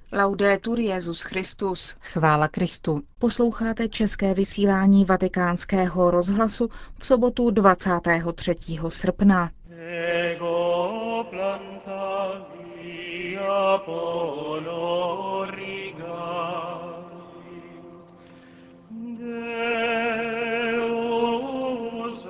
Laudetur Jesus Christus. Chvála Kristu. Posloucháte české vysílání Vatikánského rozhlasu v sobotu 23. srpna. Ego planta via polo rigavit, Deus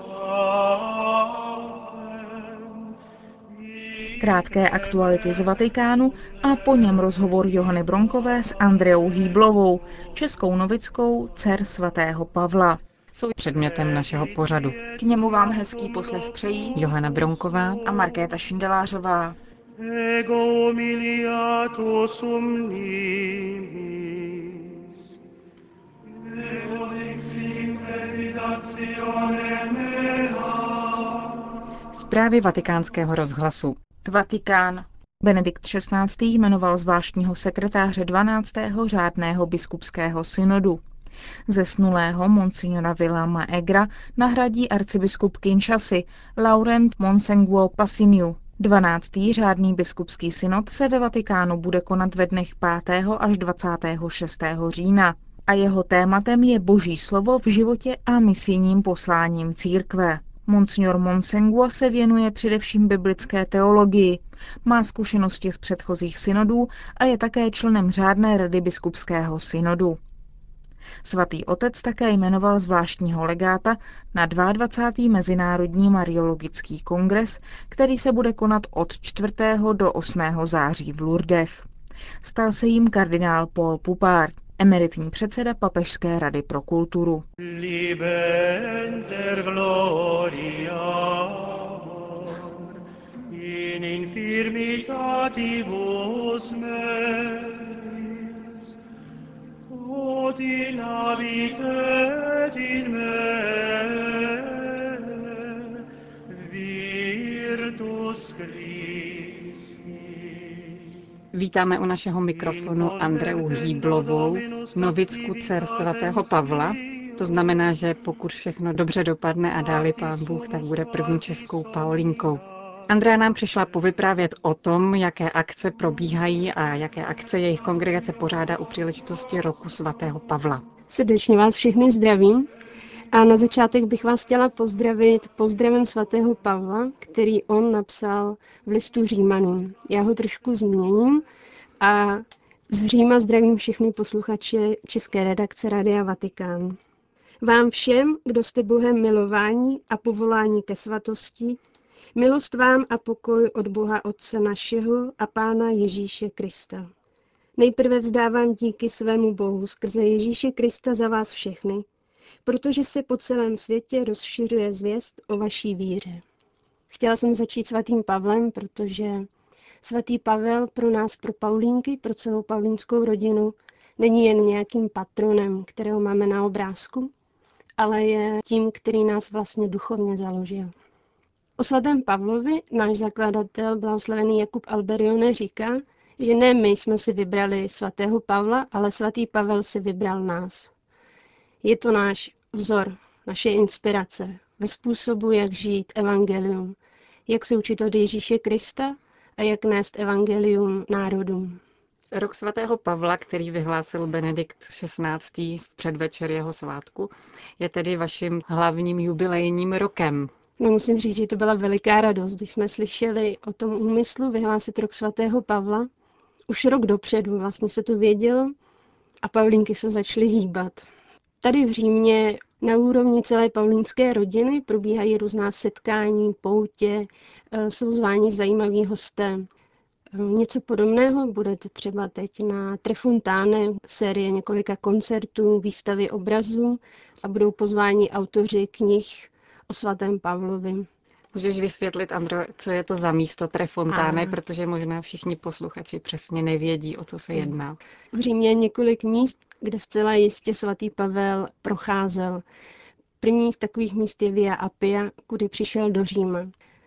autem Krátké aktuality z Vatikánu a po něm rozhovor Johany Bronkové s Andreou Hýblovou, českou novickou dcer svatého Pavla. Jsou předmětem našeho pořadu. K němu vám hezký poslech přejí Johana Bronková a Markéta Šindelářová. ego humiliatus sum nimis, ego dixit crepidatione mea. Zprávy Vatikánského rozhlasu. Vatikán. Benedikt XVI. Jmenoval zvláštního sekretáře 12. řádného biskupského synodu. Zesnulého monsignora Willama Egra nahradí arcibiskup Kinshasy Laurent Monsengwo Pasiniu. 12. řádný biskupský synod se ve Vatikánu bude konat ve dnech 5. až 26. října a jeho tématem je Boží slovo v životě a misijním posláním církve. Monsignor Monsengwo se věnuje především biblické teologii, má zkušenosti z předchozích synodů a je také členem řádné rady biskupského synodu. Svatý otec také jmenoval zvláštního legáta na 22. Mezinárodní mariologický kongres, který se bude konat od 4. do 8. září v Lourdech. Stal se jím kardinál Paul Poupart, emeritní předseda Papežské rady pro kulturu. Libenter gloria in infirmitatibus meis, ut in habitet in me virtus Christi. Vítáme u našeho mikrofonu Andreu Hýblovou, novicku dcer svatého Pavla. To znamená, že pokud všechno dobře dopadne a dáli Pán Bůh, tak bude první českou Paulínkou. Andrea nám přišla povyprávět o tom, jaké akce probíhají a jaké akce jejich kongregace pořádá u příležitosti roku svatého Pavla. Srdečně vás všechny zdravím a na začátek bych vás chtěla pozdravit pozdravem svatého Pavla, který on napsal v listu Římanům. Já ho trošku změním a z Říma zdravím všechny posluchače české redakce Radia Vatikán. Vám všem, kdo jste Bohem milování a povolání ke svatosti, milost vám a pokoj od Boha Otce našeho a Pána Ježíše Krista. Nejprve vzdávám díky svému Bohu skrze Ježíše Krista za vás všechny, protože se po celém světě rozšiřuje zvěst o vaší víře. Chtěla jsem začít svatým Pavlem, protože svatý Pavel pro nás, pro Paulínky, pro celou paulínskou rodinu, není jen nějakým patronem, kterého máme na obrázku, ale je tím, který nás vlastně duchovně založil. O svatém Pavlovi náš zakladatel, blahoslavený Jakub Alberione, říká, že ne my jsme si vybrali svatého Pavla, ale svatý Pavel si vybral nás. Je to náš vzor, naše inspirace ve způsobu, jak žít evangelium, jak se učit od Ježíše Krista a jak nést evangelium národům. Rok svatého Pavla, který vyhlásil Benedikt XVI. V předvečer jeho svátku, je tedy vaším hlavním jubilejním rokem. No, musím říct, že to byla veliká radost, když jsme slyšeli o tom úmyslu vyhlásit rok svatého Pavla. Už rok dopředu vlastně se to vědělo a Paulínky se začaly hýbat. Tady v Římě na úrovni celé paulínské rodiny probíhají různá setkání, poutě, jsou zváni zajímaví hosté. Něco podobného budete třeba teď na Trefontáne, série několika koncertů, výstavy obrazů a budou pozváni autoři knih o svatém Pavlovi. Můžeš vysvětlit, Andro, co je to za místo Trefontáne, protože možná všichni posluchači přesně nevědí, o co se jedná. V Římě je několik míst, kde zcela jistě svatý Pavel procházel. První z takových míst je Via Appia, kudy přišel do Říma.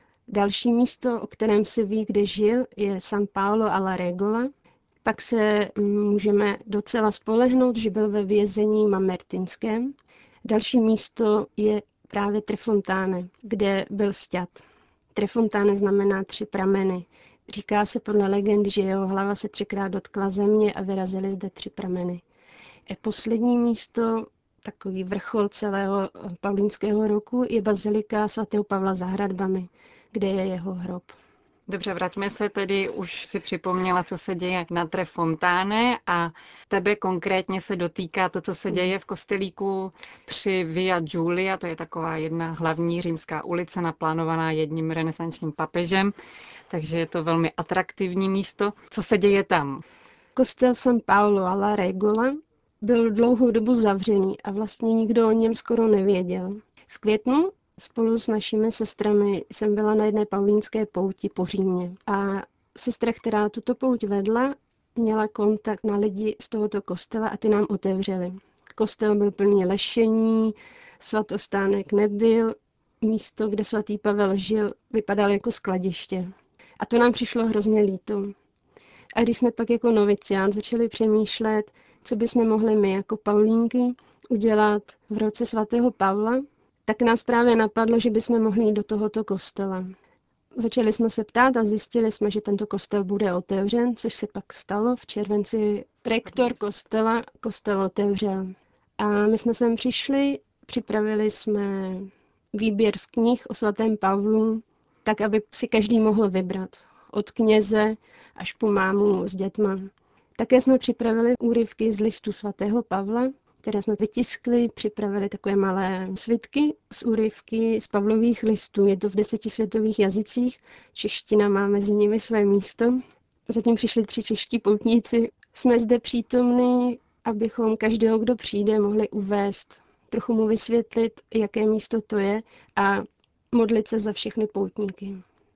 Další místo, o kterém se ví, kde žil, je San Paolo alla Regola. Pak se můžeme docela spolehnout, že byl ve vězení mamertinském. Další místo je právě Trefontáne, kde byl sťat. Trefontáne znamená 3 prameny. Říká se podle legend, že jeho hlava se 3krát dotkla země a vyrazily zde 3 prameny. A poslední místo, takový vrchol celého paulínského roku, je bazilika svatého Pavla za hradbami, kde je jeho hrob. Dobře, vraťme se tedy, už si připomněla, co se děje na Tre Fontane a tebe konkrétně se dotýká to, co se děje v kostelíku při Via Giulia, to je taková jedna hlavní římská ulice naplánovaná jedním renesančním papežem, takže je to velmi atraktivní místo. Co se děje tam? Kostel San Paolo alla Regola byl dlouhou dobu zavřený a vlastně nikdo o něm skoro nevěděl. V květnu spolu s našimi sestrami jsem byla na jedné paulínské pouti po Římě a sestra, která tuto pouť vedla, měla kontakt na lidi z tohoto kostela a ty nám otevřeli. Kostel byl plný lešení, svatostánek nebyl, místo, kde svatý Pavel žil, vypadalo jako skladiště. A to nám přišlo hrozně líto. A když jsme pak jako novicián začali přemýšlet, co bychom mohli my jako Paulínky udělat v roce svatého Pavla, tak nás právě napadlo, že bychom mohli jít do tohoto kostela. Začali jsme se ptát a zjistili jsme, že tento kostel bude otevřen, což se pak stalo. V červenci rektor kostela kostel otevřel. A my jsme sem přišli, připravili jsme výběr z knih o svatém Pavlu, tak, aby si každý mohl vybrat. Od kněze až po mámu s dětma. Také jsme připravili úryvky z listu svatého Pavla, které jsme vytiskli, připravili takové malé svitky z úryvky z Pavlových listů. Je to v 10 světových jazycích, čeština má mezi nimi své místo. Zatím přišli 3 čeští poutníci. Jsme zde přítomní, abychom každého, kdo přijde, mohli uvést, trochu mu vysvětlit, jaké místo to je a modlit se za všechny poutníky.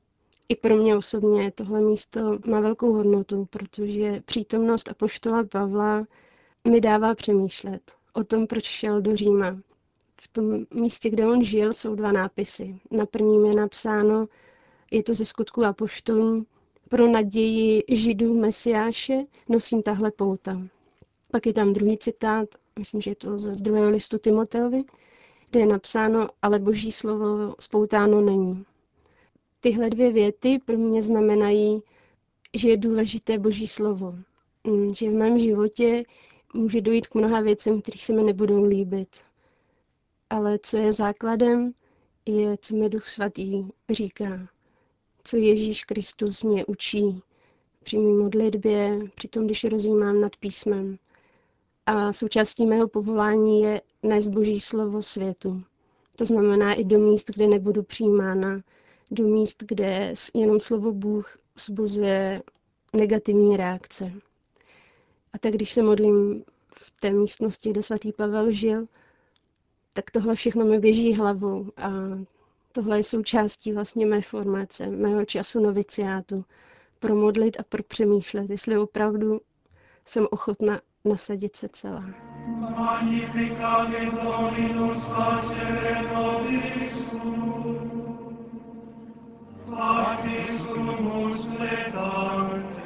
I pro mě osobně tohle místo má velkou hodnotu, protože přítomnost apoštola Pavla mi dává přemýšlet o tom, proč šel do Říma. V tom místě, kde on žil, jsou 2 nápisy. Na prvním je napsáno, je to ze Skutků apoštolů, pro naději Židů Mesiáše nosím tahle pouta. Pak je tam druhý citát, myslím, že je to z 2. listu Timoteovi, kde je napsáno, ale Boží slovo spoutáno není. Tyhle 2 věty pro mě znamenají, že je důležité Boží slovo. Že v mém životě může dojít k mnoha věcem, které se mi nebudou líbit. Ale co je základem, je, co mi Duch Svatý říká. Co Ježíš Kristus mě učí při mé modlitbě, při tom, když rozjímám nad písmem. A součástí mého povolání je nést Boží slovo světu. To znamená i do míst, kde nebudu přijímána, do míst, kde jenom slovo Bůh vzbuzuje negativní reakce. A tak když se modlím v té místnosti, kde svatý Pavel žil, tak tohle všechno mi běží hlavou a tohle je součástí vlastně mé formace, mého času noviciátu. Promodlit a propřemýšlet, jestli opravdu jsem ochotna nasadit se celá. Magnificat Dominus facere nobis factis sumus pletantes,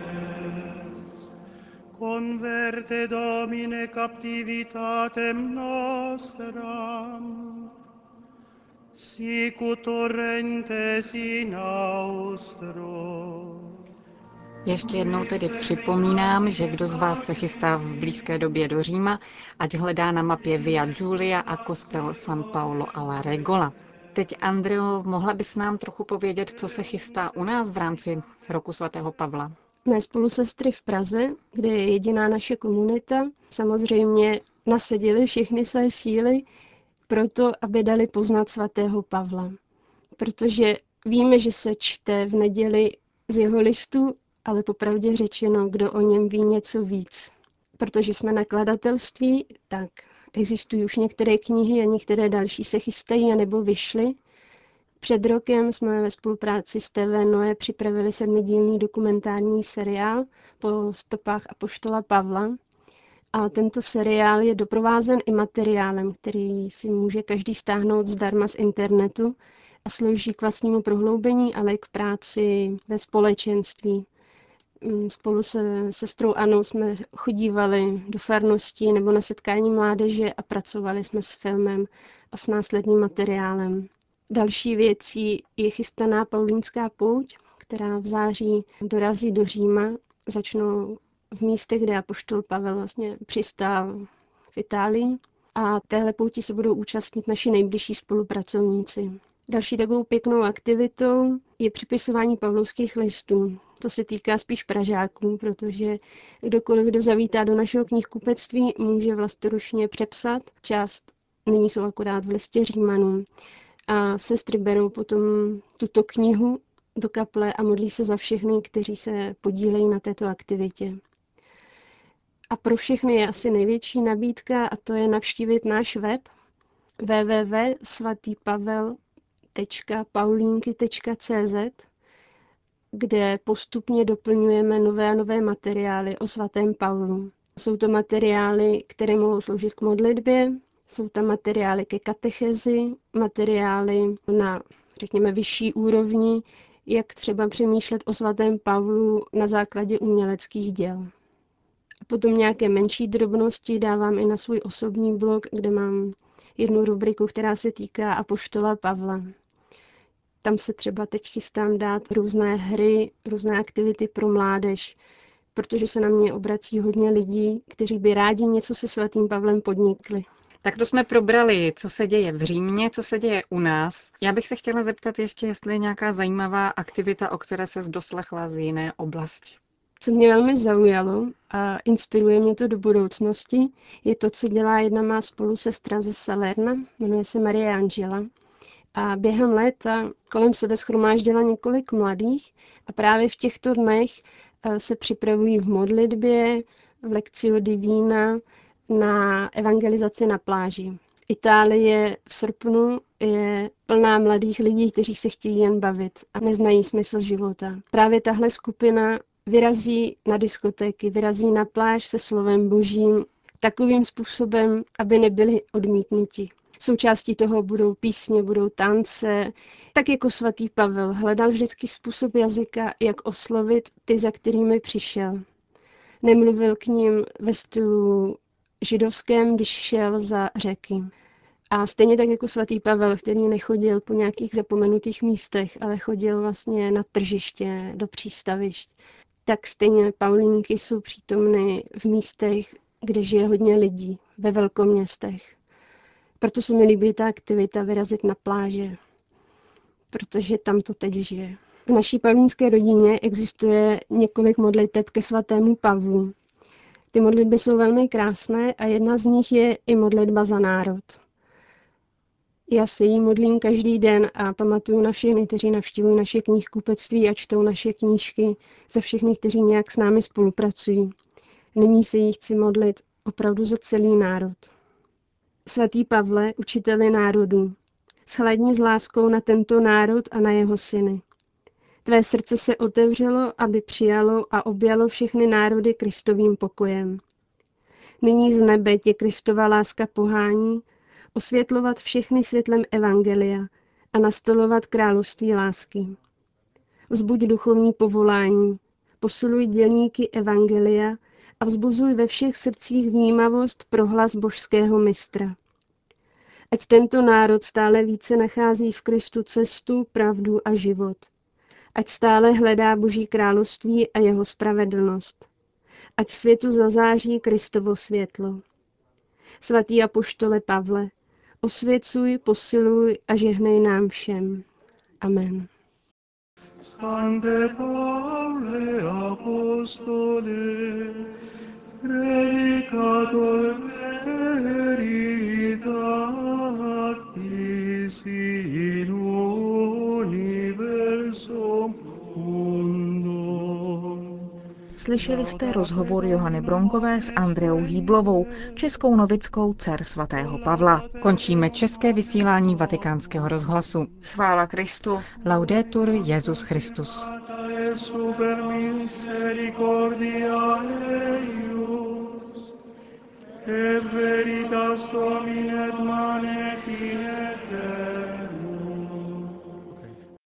converte Domine captivitatem nostram, sicut torrentes in austro. Ještě jednou tedy připomínám, že kdo z vás se chystá v blízké době do Říma, ať hledá na mapě Via Giulia a kostel San Paolo alla Regola. Teď, Andreo, mohla bys nám trochu povědět, co se chystá u nás v rámci roku svatého Pavla? Mé spolusestry v Praze, kde je jediná naše komunita, samozřejmě nasadili všechny své síly proto, aby dali poznat svatého Pavla. Protože víme, že se čte v neděli z jeho listu, ale popravdě řečeno, kdo o něm ví něco víc. Protože jsme nakladatelství, tak existují už některé knihy a některé další se chystají a nebo vyšly. Před rokem jsme ve spolupráci s TV Noe připravili 7dílný dokumentární seriál po stopách apoštola Pavla. A tento seriál je doprovázen i materiálem, který si může každý stáhnout zdarma z internetu a slouží k vlastnímu prohloubení, ale i k práci ve společenství. Spolu se sestrou Anou jsme chodívali do farností nebo na setkání mládeže a pracovali jsme s filmem a s následným materiálem. Další věcí je chystaná paulínská pouť, která v září dorazí do Říma. Začnou v místech, kde apoštol Pavel vlastně přistál v Itálii. A téhle pouti se budou účastnit naši nejbližší spolupracovníci. Další takovou pěknou aktivitou je připisování pavlovských listů. To se týká spíš Pražáků, protože kdokoliv, kdo zavítá do našeho knihkupectví, může vlastoručně přepsat. Část nyní jsou akorát v listě Římanům. A sestry berou potom tuto knihu do kaple a modlí se za všechny, kteří se podílejí na této aktivitě. A pro všechny je asi největší nabídka a to je navštívit náš web www.svatýpavel.paulinky.cz, kde postupně doplňujeme nové a nové materiály o svatém Pavlu. Jsou to materiály, které mohou sloužit k modlitbě, jsou tam materiály ke katechezi, materiály na, řekněme, vyšší úrovni, jak třeba přemýšlet o svatém Pavlu na základě uměleckých děl. Potom nějaké menší drobnosti dávám i na svůj osobní blog, kde mám jednu rubriku, která se týká apoštola Pavla. Tam se třeba teď chystám dát různé hry, různé aktivity pro mládež, protože se na mě obrací hodně lidí, kteří by rádi něco se svatým Pavlem podnikli. Tak to jsme probrali, co se děje v Římě, co se děje u nás. Já bych se chtěla zeptat ještě, jestli je nějaká zajímavá aktivita, o které ses doslechla z jiné oblasti. Co mě velmi zaujalo a inspiruje mě to do budoucnosti, je to, co dělá jedna má spolusestra ze Salerna, jmenuje se Marie Angela. A během léta kolem sebe shromáždila několik mladých a právě v těchto dnech se připravují v modlitbě, v Lectio Divina na evangelizaci na pláži. Itálie v srpnu je plná mladých lidí, kteří se chtějí jen bavit a neznají smysl života. Právě tahle skupina vyrazí na diskotéky, vyrazí na pláž se slovem Božím takovým způsobem, aby nebyli odmítnuti. Součástí toho budou písně, budou tance. Tak jako svatý Pavel hledal vždycky způsob jazyka, jak oslovit ty, za kterými přišel. Nemluvil k ním ve stylu židovském, když šel za řeky. A stejně tak jako svatý Pavel, který nechodil po nějakých zapomenutých místech, ale chodil vlastně na tržiště, do přístavišť, tak stejně Paulínky jsou přítomny v místech, kde žije hodně lidí, ve velkoměstech. Proto se mi líbí ta aktivita vyrazit na pláže, protože tam to teď žije. V naší pavlínské rodině existuje několik modliteb ke svatému Pavlu. Ty modlitby jsou velmi krásné a jedna z nich je i modlitba za národ. Já se jí modlím každý den a pamatuju na všechny, kteří navštívují naše knihkupectví a čtou naše knížky, za všechny, kteří nějak s námi spolupracují. Nyní se jí chci modlit opravdu za celý národ. Svatý Pavle, učiteli národů, shlédni s láskou na tento národ a na jeho syny. Tvé srdce se otevřelo, aby přijalo a objalo všechny národy Kristovým pokojem. Nyní z nebe tě Kristova láska pohání, osvětlovat všechny světlem evangelia a nastolovat království lásky. Vzbuď duchovní povolání, posiluj dělníky evangelia a vzbuzuj ve všech srdcích vnímavost pro hlas božského mistra. Ať tento národ stále více nachází v Kristu cestu, pravdu a život. Ať stále hledá Boží království a jeho spravedlnost. Ať světu zazáří Kristovo světlo. Svatý apoštole Pavle, osvěcuj, posiluj a žehnej nám všem. Amen. Sancte Paule apostole, predicator veritatis in universum mundo. Slyšeli jste rozhovor Johany Bronkové s Andreou Hýblovou, českou novickou dcer svatého Pavla. Končíme české vysílání Vatikánského rozhlasu. Chvála Kristu. Laudetur Jesus Christus. Super misericordia eius, et veritas Domine et manetinet